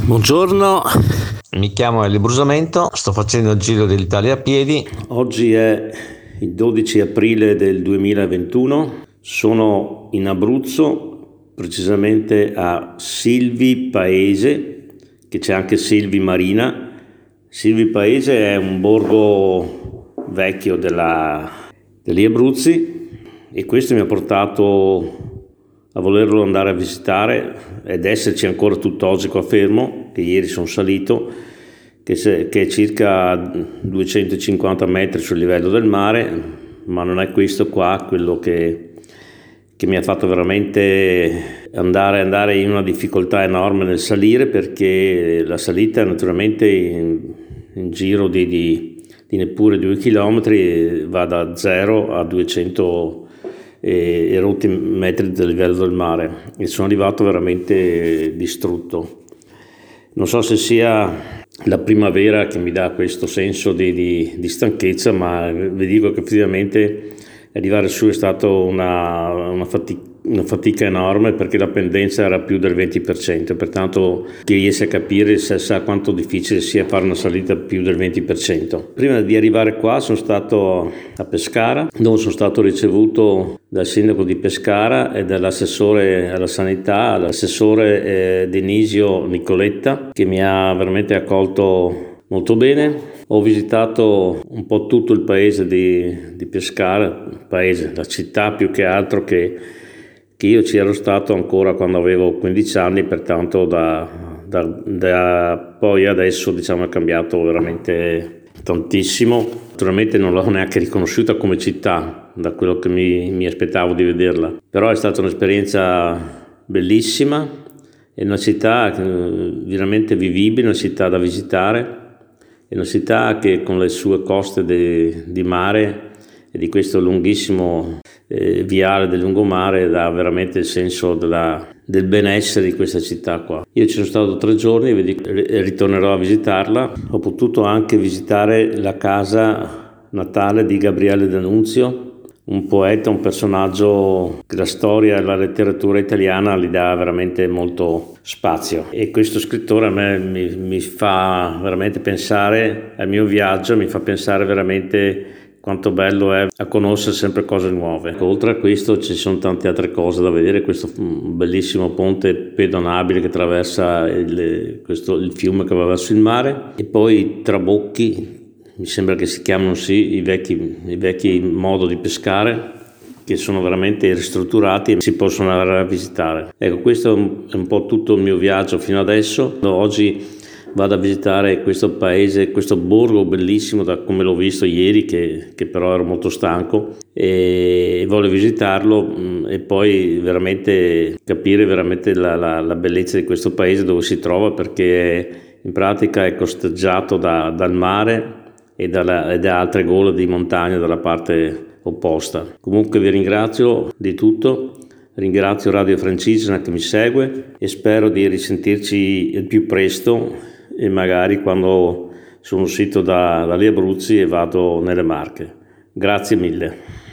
Buongiorno, Mi chiamo Eli Brusamento, sto facendo il Giro dell'Italia a piedi. oggi è il 12 aprile del 2021, sono in Abruzzo, precisamente a Silvi Paese, che c'è anche Silvi Marina. Silvi Paese è un borgo vecchio degli Abruzzi e questo mi ha portato a volerlo andare a visitare ed esserci ancora tutt'oggi qua fermo, che ieri sono salito, che è circa 250 metri sul livello del mare, ma non è questo qua quello che mi ha fatto veramente andare in una difficoltà enorme nel salire, perché la salita naturalmente in giro di neppure 2 chilometri va da 0 a 200 e rotti metri del livello del mare e sono arrivato veramente distrutto. Non so se sia la primavera che mi dà questo senso di stanchezza, ma vi dico che effettivamente arrivare su è stata una fatica enorme, perché la pendenza era più del 20%, pertanto chi riesce a capire sa quanto difficile sia fare una salita più del 20%. Prima di arrivare qua sono stato a Pescara, dove sono stato ricevuto dal sindaco di Pescara e dall'assessore alla sanità, l'assessore Denisio Nicoletta, che mi ha veramente accolto molto bene. Ho visitato un po' tutto il paese di Pescara, la città più che altro, che io ci ero stato ancora quando avevo 15 anni, pertanto da poi adesso diciamo è cambiato veramente tantissimo. Naturalmente non l'ho neanche riconosciuta come città da quello che mi aspettavo di vederla, però è stata un'esperienza bellissima, è una città veramente vivibile, una città da visitare. È una città che con le sue coste di mare e di questo lunghissimo viale del lungomare dà veramente il senso del benessere di questa città qua. Io ci sono stato 3 giorni e ritornerò a visitarla. Ho potuto anche visitare la casa natale di Gabriele D'Annunzio, un poeta, un personaggio che la storia e la letteratura italiana gli dà veramente molto spazio, e questo scrittore a me mi fa veramente pensare al mio viaggio, mi fa pensare veramente quanto bello è a conoscere sempre cose nuove. Oltre a questo ci sono tante altre cose da vedere, questo bellissimo ponte pedonabile che attraversa il fiume che va verso il mare, e poi i trabocchi, mi sembra che si chiamano i vecchi modi di pescare, che sono vermente ristrutturati e si possono andare a visitare. Ecco, questo è un po' tutto il mio viaggio fino adesso. Oggi vado a visitare questo paese, questo borgo bellissimo, da come l'ho visto ieri, che però ero molto stanco, e voglio visitarlo e poi veramente capire veramente la bellezza di questo paese dove si trova, perché in pratica è costeggiato dal mare e da altre gole di montagna dalla parte opposta. Comunque vi ringrazio di tutto, ringrazio Radio Francigena che mi segue e spero di risentirci il più presto, e magari quando sono uscito dagli Abruzzi e vado nelle Marche. Grazie mille.